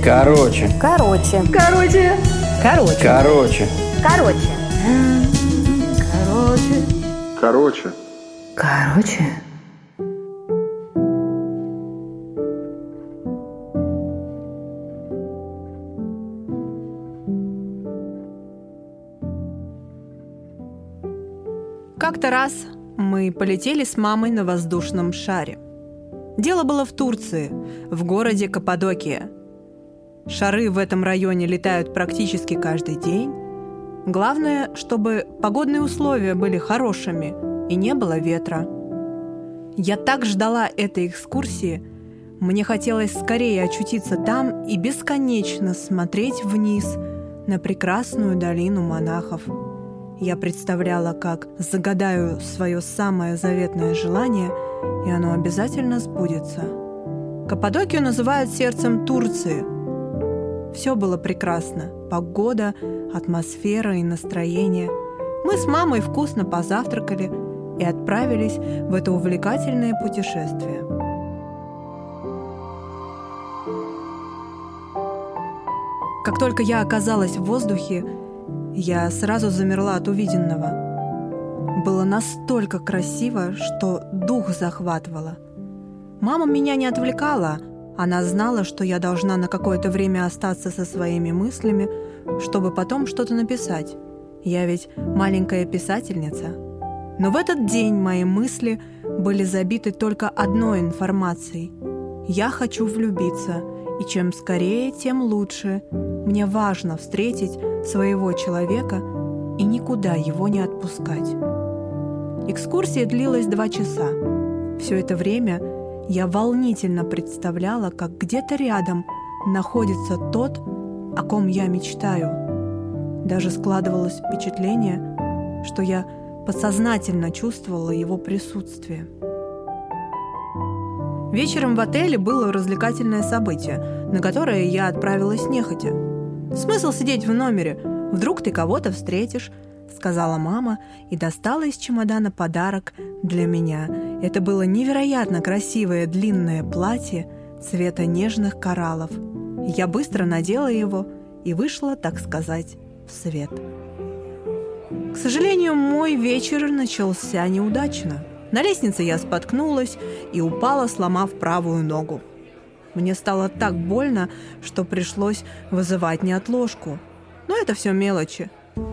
Короче. Короче. Короче. Короче. Короче. Короче. Короче. Короче. Как-то раз мы полетели с мамой на воздушном шаре. Дело было в Турции, в городе Каппадокия. Шары в этом районе летают практически каждый день. Главное, чтобы погодные условия были хорошими и не было ветра. Я так ждала этой экскурсии. Мне хотелось скорее очутиться там и бесконечно смотреть вниз на прекрасную долину монахов. Я представляла, как загадаю свое самое заветное желание, и оно обязательно сбудется. Каппадокию называют сердцем Турции. Все было прекрасно. Погода, атмосфера и настроение. Мы с мамой вкусно позавтракали и отправились в это увлекательное путешествие. Как только я оказалась в воздухе, я сразу замерла от увиденного. Было настолько красиво, что дух захватывало. Мама меня не отвлекала. Она знала, что я должна на какое-то время остаться со своими мыслями, чтобы потом что-то написать. Я ведь маленькая писательница. Но в этот день мои мысли были забиты только одной информацией. Я хочу влюбиться, и чем скорее, тем лучше. Мне важно встретить своего человека и никуда его не отпускать. Экскурсия длилась 2 часа. Все это время я волнительно представляла, как где-то рядом находится тот, о ком я мечтаю. Даже складывалось впечатление, что я подсознательно чувствовала его присутствие. Вечером в отеле было развлекательное событие, на которое я отправилась нехотя. «Смысл сидеть в номере? Вдруг ты кого-то встретишь», — сказала мама и достала из чемодана подарок для меня. Это было невероятно красивое длинное платье цвета нежных кораллов. Я быстро надела его и вышла, так сказать, в свет. К сожалению, мой вечер начался неудачно. На лестнице я споткнулась и упала, сломав правую ногу. Мне стало так больно, что пришлось вызывать неотложку. Но это все мелочи.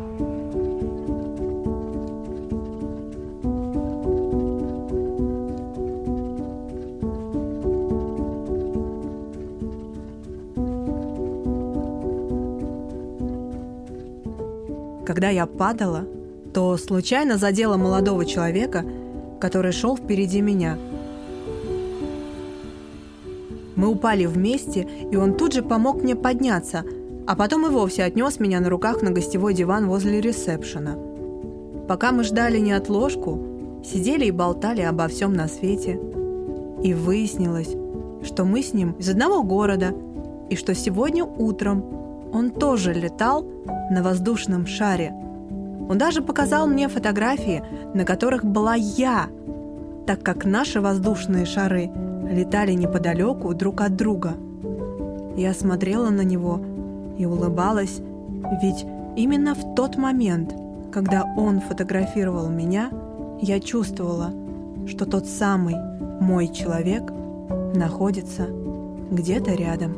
Когда я падала, то случайно задела молодого человека, который шел впереди меня. Мы упали вместе, и он тут же помог мне подняться, а потом и вовсе отнес меня на руках на гостевой диван возле ресепшена. Пока мы ждали неотложку, сидели и болтали обо всем на свете. И выяснилось, что мы с ним из одного города, и что сегодня утром он тоже летал на воздушном шаре. Он даже показал мне фотографии, на которых была я, так как наши воздушные шары летали неподалеку друг от друга. Я смотрела на него и улыбалась, ведь именно в тот момент, когда он фотографировал меня, я чувствовала, что тот самый мой человек находится где-то рядом.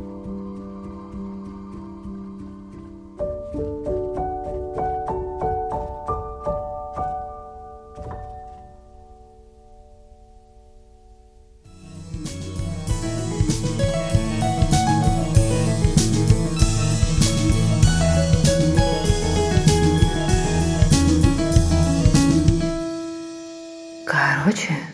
Короче.